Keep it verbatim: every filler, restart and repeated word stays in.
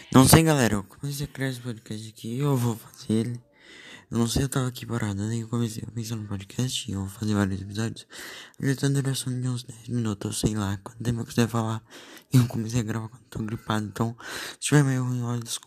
Não sei, galera, eu comecei a criar esse podcast aqui, eu vou fazer ele. Eu não sei, eu tava aqui parado, né? Eu comecei a pensar no podcast, eu vou fazer vários episódios. Ele tem duração de uns dez minutos, eu sei lá, quanto tempo eu quiser falar. E eu comecei a gravar quando tô gripado, então, se tiver meio ruim, olha, desculpa.